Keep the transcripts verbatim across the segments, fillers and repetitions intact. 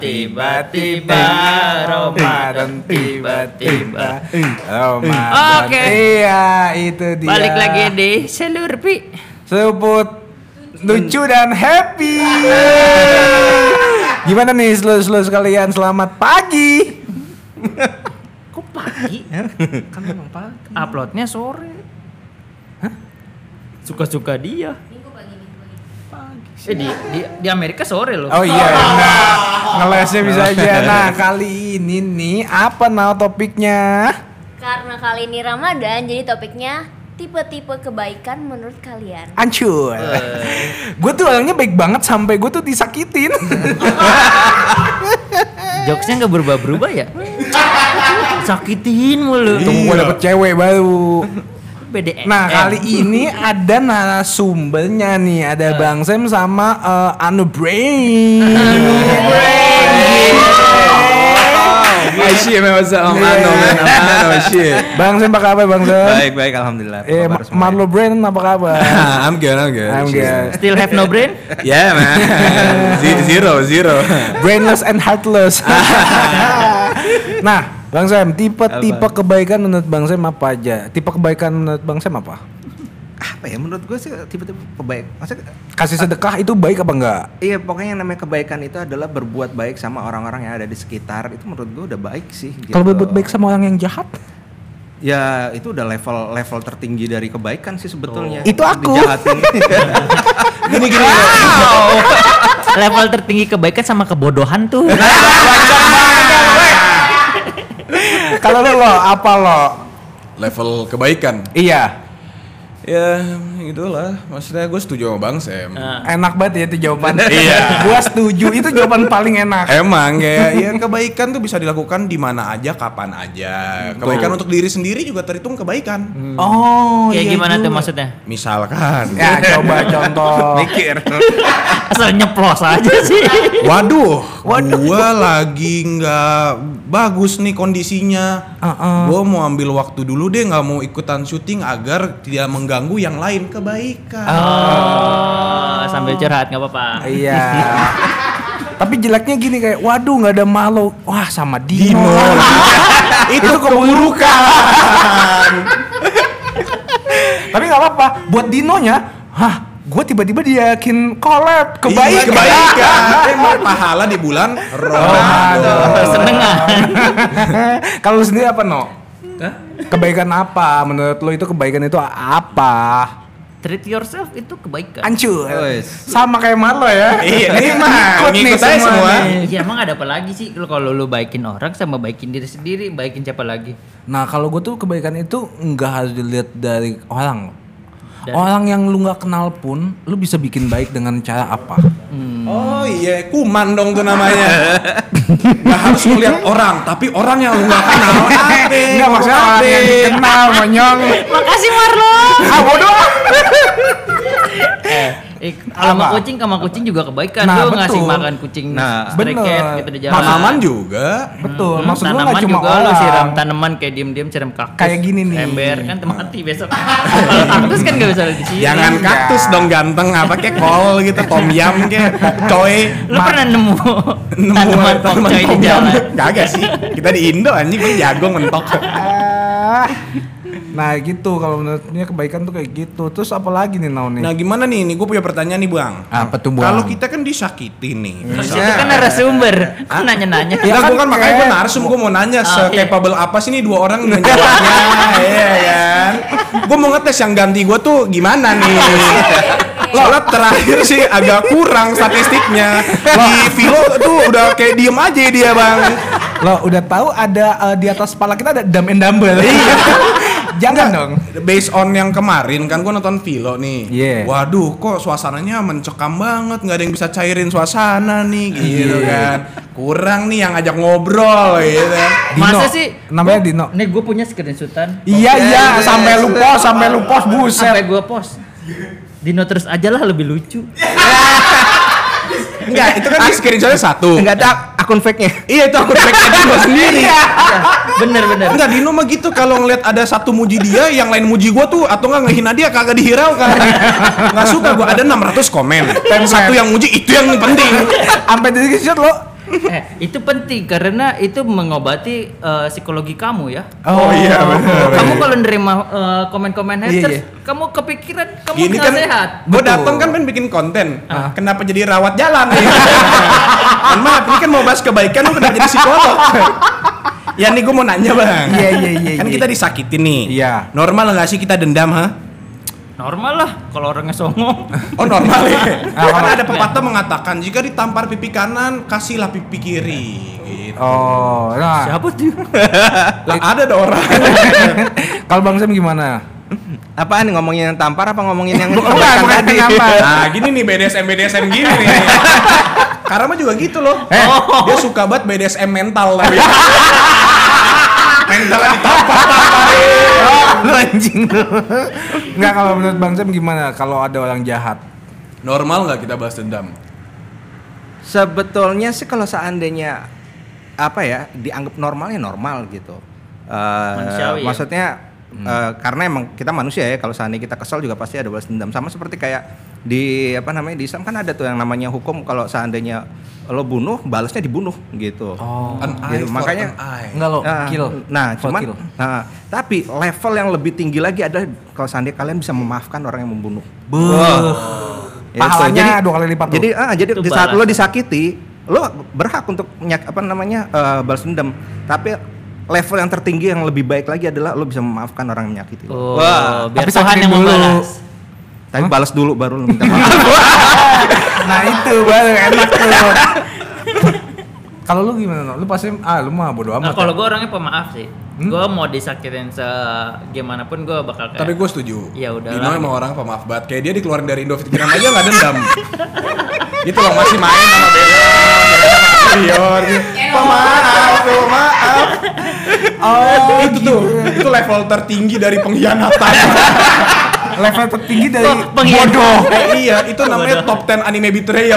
Tiba-tiba Ramadan, tiba-tiba Ramadan. Oke. Iya, itu dia. Balik lagi di Selurpi. Sebut lucu dan happy. Gimana nih seluruh-seluruh sekalian, selamat pagi. Kok pagi? Kan memang pagi. Uploadnya sore. Hah? Suka-suka dia. Eh, di, di di Amerika sore loh. Oh iya, nah, ngelesnya bisa aja. Nah, kali ini nih apa nah topiknya? Karena kali ini Ramadan, jadi topiknya tipe-tipe kebaikan menurut kalian. Ancur. Gue tuh orangnya baik banget sampai gue tuh disakitin. Jokesnya nggak berubah-berubah ya? Sakitin mulu. Tunggu gue dapet cewek baru. B D M. Nah, kali ini ada narasumbernya nih, ada Bang Sam sama uh, Anu Brain. Anu Brain. Oh shit, man, what's up? Om Ano, man, Ano, shit. Bang Sam apa kabar, Bang Sam? Baik, baik, alhamdulillah. Eh, Ma- Marlo Brain apa kabar? I'm good, I'm good. I'm good. Still have no brain? Yeah, man. Zero, zero. Brainless and heartless. Nah, Bang Sam, tipe-tipe Apa? kebaikan menurut Bang Sam apa aja? Tipe kebaikan menurut Bang Sam apa? Apa ya, menurut gue sih tipe-tipe kebaik. Maksudnya, Kasih sedekah itu baik apa enggak? iya pokoknya yang namanya kebaikan itu adalah berbuat baik sama orang-orang yang ada di sekitar. Itu menurut gue udah baik sih. Gitu. Kalau berbuat baik sama orang yang jahat? Ya itu udah level level tertinggi dari kebaikan sih sebetulnya. Oh. Itu aku. Dijahatin. Gini gini. Wow. Level tertinggi kebaikan sama kebodohan tuh. Kalau lo, lo apa lo? Level kebaikan. Iya. Ya gitulah, maksudnya gue setuju sama Bang Sam. Nah. Enak banget ya itu jawaban. Iya. Gua setuju, itu jawaban paling enak. Emang kayak ya kebaikan tuh bisa dilakukan di mana aja, kapan aja. Kebaikan untuk diri sendiri juga terhitung kebaikan. Oh, Kayak iya gimana juga. tuh maksudnya? Misalkan, Ya, coba contoh. Mikir. Asal nyeplos aja sih. waduh, gua lagi nggak bagus nih kondisinya. Uh-uh. Gua mau ambil waktu dulu deh, nggak mau ikutan syuting agar tidak mengganggu yang lain. Kebaikan. Oh, sambil curhat nggak apa-apa. Iya. Tapi jeleknya gini kayak, waduh nggak ada malu. Wah sama Dino. Dino. Itu keburukan. Tapi nggak apa-apa. Buat Dinonya, hah? Gue tiba-tiba diyakin collab kebaikan. Iya, kebaikan. Emang pahala di bulan Ramadan. Seneng ah. Kalau lu sendiri apa, No? Kebaikan apa? Menurut lo itu kebaikan itu apa? Treat yourself itu kebaikan. Ancur. Wes. Sama kayak Marlo ya. Iya, ini mah Ikut nih ngikut aja semua semua. nih. Iya emang ada apa lagi sih lu kalau lu baikin orang sama baikin diri sendiri, baikin siapa lagi? Nah kalau gue tuh kebaikan itu nggak harus dilihat dari orang. Dari- Orang yang lu nggak kenal pun, lu bisa bikin baik dengan cara apa? Oh iya, kuman dong tuh namanya. Gak harus ngeliat orang, tapi orang yang lu gak kenal. Nggak maksudnya orang yang dikenal, monyong. Makasih Marlo. Ah bodoh. Eh, kalau sama Apa? kucing sama kucing juga kebaikan. Nah, Lu ngasih betul. makan kucing Nah, stray cat bener. gitu di jalan. Tanaman juga. Betul. Hmm, Maksud lu tanaman nggak cuma juga orang. lu siram tanaman kayak diem-diem siram kaktus. Kayak gini nih. Ember kan tuh mati besok. Kalau kaktus kan gak bisa disiram. Jangan Iya. kaktus dong ganteng, apa kayak kol gitu, tom yum kayak pokcoy. Lu pernah nemu Nemu tanaman tanaman pokcoy di tom yum. jalan? Kagak sih. Kita di Indo anjing gue jago mentok. Ah. Nah gitu kalau menurutnya kebaikan tuh kayak gitu. Terus apa lagi nih Nau nih? Nah gimana nih, nih gue punya pertanyaan nih Bang. Apa tuh, Bang? Kalau kita kan disakiti nih. Terus itu kan narasumber. Kok nanya-nanya? Ya, gue kan kan makanya gue kayak- narsum, gue mau nanya Oh, se-capable apa sih nih dua orang menjawabnya. Iya kan. Gue mau ngetes yang ganti gue tuh gimana nih. Soalnya terakhir sih agak kurang statistiknya. Di Vilo tuh udah kayak diem aja dia Bang. Lo udah tahu ada uh, di atas kepala kita ada dumb and dumbbell. Jangan dong. Based on yang kemarin kan gue nonton Vilo nih. Iya. Waduh kok suasananya mencekam banget, nggak ada yang bisa cairin suasana nih gitu Iya. kan. Kurang nih yang ajak ngobrol gitu. Masa sih? Namanya Dino. Nih gue punya screenshotan. Iya iya Oke, sampai lu sudah. post sampai lu post buset. Sampai gue post. Dino terus aja lah lebih lucu. Enggak, itu kan di screenshotnya satu. Enggak ada akun fake-nya. Iya itu akun fake gue sendiri. Bener bener. Enggak, Dino mah gitu kalau ngeliat ada satu muji dia, yang lain muji gua tuh atau enggak ngehina dia kagak dihiraukan. Enggak suka gua, ada enam ratus komen. Satu yang muji itu yang penting. Sampai di screenshot lo eh, itu penting karena itu mengobati uh, psikologi kamu ya. Oh, iya benar. Kamu kalau nerima uh, komen-komen haters, Iya, iya. kamu kepikiran kamu Gini nggak kan, sehat. gue Betul. datang kan pengen bikin konten. Ah. Kenapa jadi rawat jalan nih? Kan maaf, ini kan mau bahas kebaikan, lu kenapa jadi psikolog? Ya nih gue mau nanya bang. Iya, iya, iya, Kan iya. kita disakitin nih. Iya. Normal nggak sih kita dendam, ha? Normal lah kalau orangnya songong. Oh normal ya. Ah, Karena ada pepatah mengatakan jika ditampar pipi kanan, kasihlah pipi kiri. Gitu. Oh, nah. Siapa tuh? Lah ada ada orang. Kalau Bang Sam gimana? Apaan nih, ngomongin yang tampar apa ngomongin yang Bukan, kebaikan bukan tadi? yang tampar. Nah gini nih B D S M B D S M gini nih. Karma juga gitu loh. Eh. Dia suka banget B D S M mental tapi. Mentalnya ditampar. Lu anjing lu. Enggak, kalau menurut Bang Sam gimana kalau ada orang jahat? Normal nggak kita bahas dendam? Sebetulnya sih kalau seandainya apa ya dianggap normalnya normal gitu. Eh, Manusiawi ya? maksudnya eh, karena emang kita manusia ya, kalau seandainya kita kesel juga pasti ada balas dendam. Sama seperti kayak di apa namanya di Islam kan ada tuh yang namanya hukum kalau seandainya lo bunuh balasnya dibunuh gitu. Oh. An eye Gitu, for makanya an eye. Enggak lo, Nah, kill. Nah, For cuman kill. nah, tapi level yang lebih tinggi lagi adalah kalau seandainya kalian bisa memaafkan orang yang membunuh. Beuh. Ya, Pahalanya jadi- dua kali lipat tuh. Jadi ah jadi Itu di saat balas. lo disakiti, lo berhak untuk nyak, apa namanya eh, balas dendam. Tapi level yang tertinggi yang lebih baik lagi adalah lo bisa memaafkan orang yang menyakiti. lo. Oh, Wah, biar tapi Tuhan sakitin yang dulu. membalas. tapi balas dulu baru lo minta maaf. Nah itu baru enak tuh. Kalau lu gimana? No? Lu pasti ah lu mah bodo Nah, amat. kalau ya? gue orangnya pemaaf sih. Hmm? Gue mau disakitin se gimana pun gue bakal kayak. Tapi gue setuju. Ya udah Dino lah. emang orang pemaaf banget. Kayak dia dikeluarin dari Indovietnam aja nggak dendam. Gitu loh masih main sama Bella, Rior. Pemaaf, tuh, maaf. Oh, itu tuh, itu level tertinggi dari pengkhianatan. level tertinggi dari Oh, pengkhianat. bodoh. Eh, iya, itu namanya top sepuluh anime betrayal.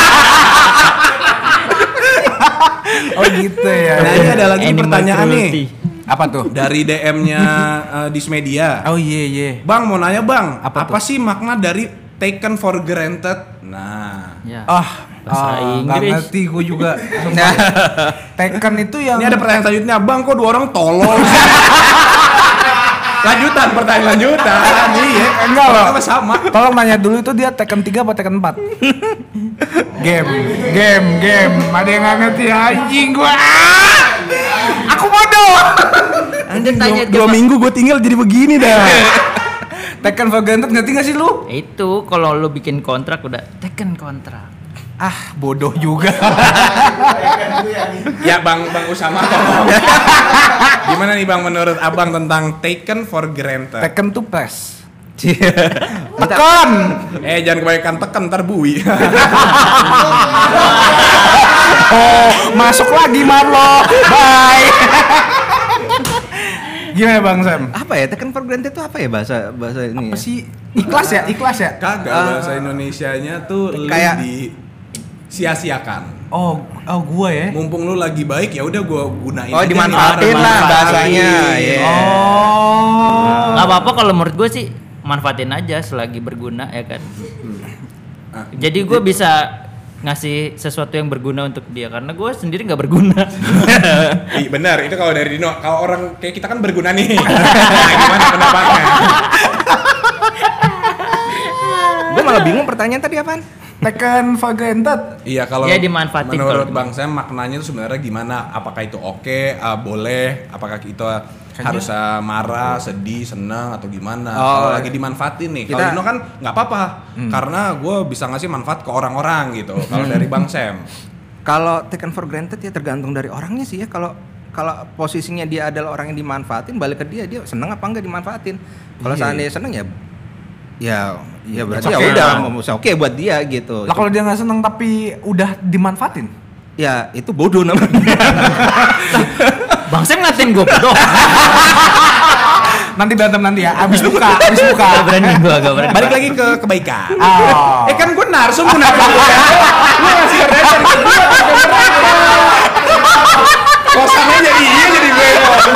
Oh gitu ya. Nah, ini ada lagi Animal pertanyaan nih. cruelty. Apa tuh? Dari D M-nya uh, Dismedia. Oh iya iya. Bang mau nanya bang, Apa apa, tuh? sih makna dari taken for granted? Nah, Ya. Ah, Bahasa ah, nggak Inggris. ngerti gue juga. Sumpah. Tekken itu yang ini ada pertanyaan selanjutnya, bang kok dua orang tolol? Lanjutan, pertanyaan lanjutan. Iya, Enggak loh. apa sama? Tolong nanya dulu itu dia Tekken tiga apa Tekken empat? Game, game, game. Ada yang nggak ngerti anjing gua. Ah! Aku bodoh. Anjir tanya Dua, dua minggu gue tinggal jadi begini dah. Tekken for granted ngerti gak sih lu? Itu kalau lu bikin kontrak udah Tekken kontrak. Ah, bodoh juga. Ya bang, bang Usama tolong. Gimana nih bang menurut abang tentang taken for granted? Tekken tuh press. Minta- Tekan. Eh jangan kebanyakan tekan ntar bui. Oh, masuk lagi Marlo. Bye. Gimana Bang Sam? apa ya taken for granted itu apa ya bahasa bahasa ini? Apa ya? sih? Ikhlas ya? Ikhlas ya? Kagak bahasa Indonesianya tuh lu Kayak- di sia-siakan. Oh, oh gua ya. Mumpung lu lagi baik ya udah gua gunain. Oh, aja nih. dimanfaatin lah Dimanfaatin. bahasanya, iya. Oh. Nggak apa-apa kalau menurut gue sih manfaatin aja selagi berguna ya kan. Ah, Jadi gue bisa ngasih sesuatu yang berguna untuk dia karena gue sendiri nggak berguna. Iya benar, itu kalau dari Dino. Kalau orang kayak kita kan berguna nih. Nah, gimana pendapatnya? Gue malah bingung pertanyaan tadi apaan? Tekken for granted. Iya kalau Ya, dimanfaatin menurut kalau Bang Sam maknanya itu sebenarnya gimana? Apakah itu oke, uh, boleh? Apakah itu harus uh, marah, sedih, senang atau gimana? Oh, kalau lagi dimanfaatin nih, kalau kita- Dino kan nggak apa-apa, karena gue bisa ngasih manfaat ke orang-orang gitu. Kalau dari Bang Sam, Kalau taken for granted ya tergantung dari orangnya sih ya. Kalau kalau posisinya dia adalah orang yang dimanfaatin, balik ke dia, dia seneng apa enggak dimanfaatin. Kalau Iya. seandainya seneng ya ya ya berarti It's ya okay udah lah. mau oke buat dia gitu. Lah kalau dia nggak seneng tapi udah dimanfaatin. Ya itu bodoh namanya. Bang Sam ngatain gue bodoh. Nanti berantem nanti ya. Abis buka, abis buka. Gak berani gue, gak berani. balik lagi ke kebaikan. Oh. Eh kan gue narsum gue narsum lu ngasih reaction ke gue kosannya jadi iya jadi gue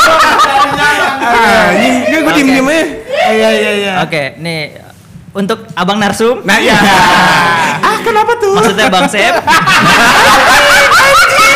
ah ini gue diem diem aja. Iya iya iya. Oke, nih untuk Abang Narsum. Nah ya ah kenapa tuh Maksudnya Bang Sam.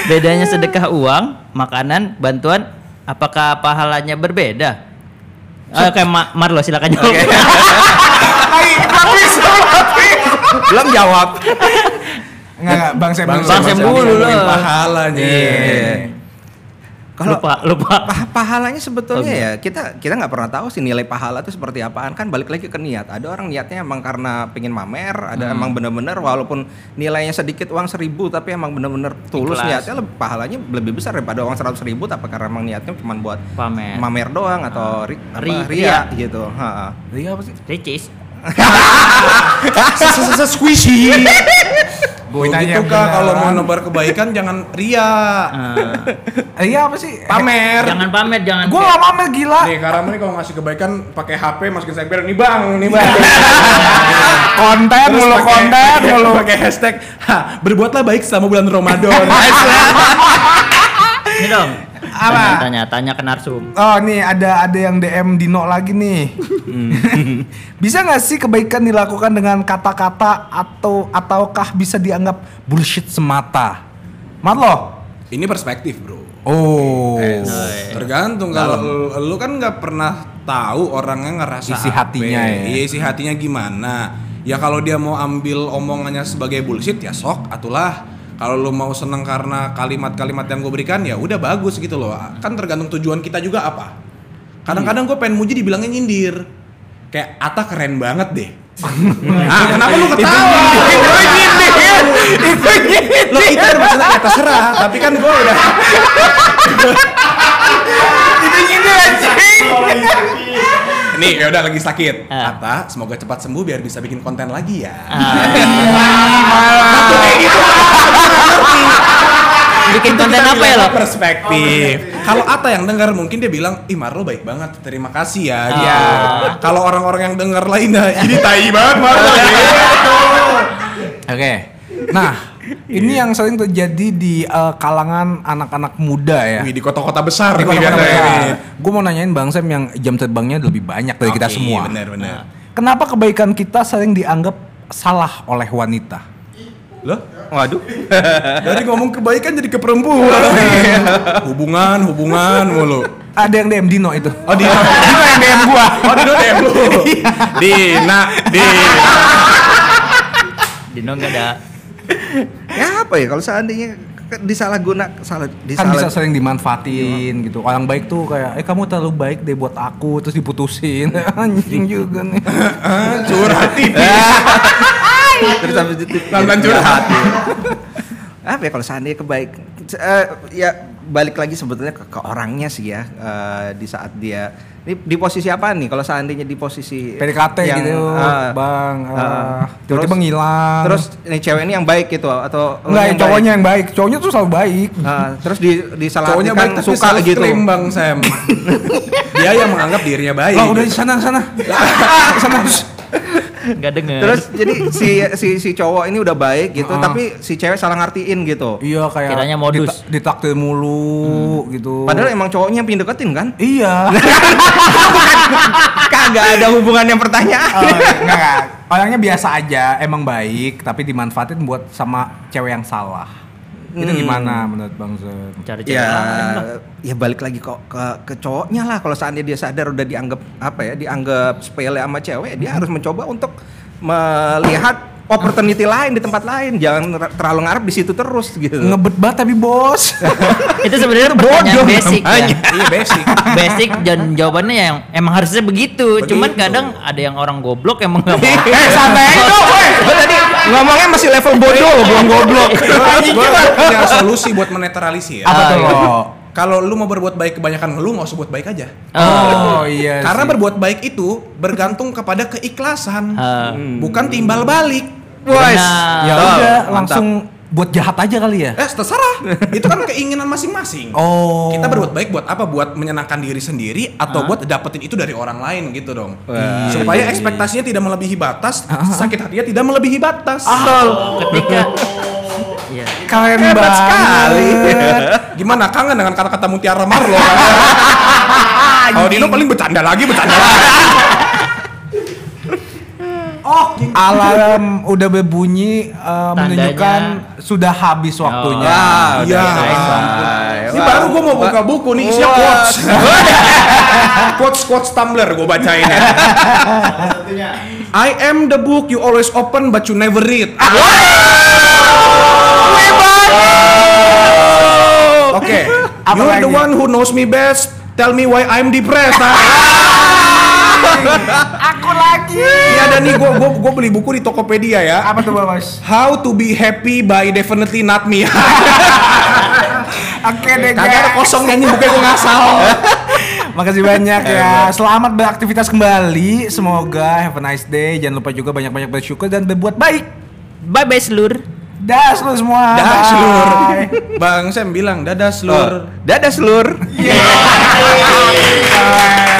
Bedanya sedekah uang, makanan, bantuan, apakah pahalanya berbeda? Eh, kayak Ma- Marlo silakan jawab. Oke. Habis, habis. Belum jawab. Enggak, enggak, Bang Sam. Bang Bang Sam dulu ngomongin lah. pahalanya. Iya. Kalau lupa, lupa. pa- pahalanya sebetulnya Oh, ya kita kita nggak pernah tahu sih nilai pahala itu seperti apaan, kan balik lagi ke niat. Ada orang niatnya emang karena pengen mamer, ada emang bener-bener walaupun nilainya sedikit uang seribu tapi emang bener-bener tulus Ikhlas. niatnya, lebih, pahalanya lebih besar daripada uang seratus ribu tapi karena emang niatnya cuma buat Pamer. mamer doang atau ri, apa, Ri- ria, gitu. Ha-ha. Iya apa sih? Ricis. Squishy. Gua Begitu tanya Kak, kalau mau beneran. nebar kebaikan jangan ria. Ah. Iya apa sih? Pamer. Jangan pamer, jangan. Gua enggak pamer gila. Nih Karam nih kalau ngasih kebaikan pakai H P masukin segber nih Bang, nih Bang. Konten Terus mulu pakai- konten pakai- mulu. pakai hashtag ha, berbuatlah baik selama bulan Ramadan. Ini dong. Apa? Tanya, tanya, tanya ke Narsum. Oh nih ada ada yang D M Dino lagi nih. Bisa nggak sih kebaikan dilakukan dengan kata-kata atau ataukah bisa dianggap bullshit semata? Marlo? Ini perspektif, Bro. Oh. Tergantung kalau lu, lu kan nggak pernah tahu orangnya ngerasa Isi apa. hatinya ya. Iya, isi hatinya gimana. Ya kalau dia mau ambil omongannya sebagai bullshit ya sok atulah. Kalau lu mau seneng karena kalimat-kalimat yang gue berikan ya udah bagus gitu loh. Kan tergantung tujuan kita juga apa. Kadang-kadang gue pengen muji dibilangnya nyindir. Kayak Ata keren banget deh. Ah, kenapa lu ketawa? Itu nyindir. Itu nyindir. Lo itu maksudnya ya terserah, tapi kan gue udah Itu gini anjing. nih ya udah lagi sakit. Ah. Ata, semoga cepat sembuh biar bisa bikin konten lagi ya. Ah. Kayak gitu. Bikin konten apa ya lo? Perspektif. Kalau Ata yang dengar mungkin dia bilang, "Ih, Marlo baik banget. Terima kasih ya." Gitu. Ah. Kalau orang-orang yang dengar lainnya, ini tai banget Marlo. Gitu. Oke. Nah, ini yang sering terjadi di eh, kalangan anak-anak muda ya. Wih, di kota-kota besar Di nih kota-kota biasanya besar. nih. Gue mau nanyain Bang Sam yang jam terbangnya lebih banyak dari kita Oke, semua. Bener, bener. Kenapa kebaikan kita sering dianggap salah oleh wanita? Loh? Waduh. Dari ngomong kebaikan jadi ke perempuan. hubungan, hubungan mulu. Ada yang D M Dino itu. Oh, Dino. Dino yang D M gua. Oh, Dino D M lu. Dina, Dina. Dino nggak ada. Ya apa ya kalau seandainya ke- disalahguna salah Kan disalah bisa sering dimanfaatin gitu. Orang baik tuh kayak, eh kamu terlalu baik deh buat aku, terus diputusin. Anjing juga nih. Ah, curhat ini. terus habis itu Lantan curhat. apa ya kalau seandainya kebaik eh, ya balik lagi sebetulnya ke, ke orangnya sih ya, eh, di saat dia di, di posisi apa nih kalau seandainya di posisi P D K T yang, gitu, eh, Bang. eh, Uh, terus tiba-tiba ngilang. terus ini cewek ini yang baik gitu atau enggak, yang cowoknya yang baik. Cowoknya tuh selalu baik. Eh, terus di Cowoknya disalahartikan baik tapi suka gitu self-claim, Bang Sam. Dia yang menganggap dirinya baik. Lah udah di sana sana. sana. Nggak denger. terus jadi si si si cowok ini udah baik gitu Ah. tapi si cewek salah ngartiin gitu. Iya kayak Kiranya modus. dita- ditakdir mulu gitu. Padahal emang cowoknya yang pengen deketin kan? iya. Kagak ada hubungannya pertanyaan. Oh, enggak, enggak. Orangnya biasa aja, emang baik, tapi dimanfaatin buat sama cewek yang salah. Itu Hmm. gimana menurut Bang Zed? Cari cewek Ya, lain lah. ya balik lagi kok ke ke cowoknya lah. Kalau seandainya dia sadar udah dianggap apa ya, dianggap sepele sama cewek, dia harus mencoba untuk melihat opportunity lain di tempat lain. Jangan ter- terlalu ngarep di situ terus gitu. Ngebet banget tapi bos. Itu sebenarnya pertanyaan basic ya. Iya basic. Basic dan jawabannya yang emang harusnya begitu. Cuman kadang ada yang orang goblok emang nggak mau. Eh, santai itu, woi. Gua tadi ngomongnya masih level bodoh loh, belum goblok. Gue punya solusi buat menetralisir. Apa tuh iya. lo? Kalau lu mau berbuat baik kebanyakan lu nggak usah buat baik aja. Oh, iya. Karena sih. berbuat baik itu bergantung kepada keikhlasan, Ah. bukan timbal balik. Woi. Benar. ya Tuh, udah mantap. langsung buat jahat aja kali ya. Eh, terserah. Itu kan keinginan masing-masing. Oh. Kita berbuat baik buat apa? Buat menyenangkan diri sendiri atau buat dapetin itu dari orang lain gitu dong. Supaya ekspektasinya tidak melebihi batas, sakit hatinya tidak melebihi batas. Ketika Iya. Keren Hebat banget. sekali. Gimana kangen dengan kata-kata Mutiara Marlo? Kalau Dino paling bercanda lagi, bercanda lagi. Oh, alarm udah berbunyi uh, menunjukkan sudah habis waktunya. Wah, Iya. udah selesai. Ini baru gue mau buka buku nih isinya quotes. quotes quotes Tumblr gue bacain ya. I am the book you always open but you never read. Oke, Apa you're the lagi? one who knows me best. Tell me why I'm depressed. Aku lagi. Ini ada nih gue gue gue beli buku di Tokopedia ya. Apa tuh Bos? How to be happy by definitely not me. Oke deh Kagak ada guys. kosong nyanyi bukunya gue ngasal. Makasih banyak ya. Selamat beraktivitas kembali. Semoga have a nice day. Jangan lupa juga banyak-banyak bersyukur dan berbuat baik. Bye bye selur. Das lu semua. Dadah Bye. selur. Bang Sam bilang dadah selur. Dadah selur. Bye.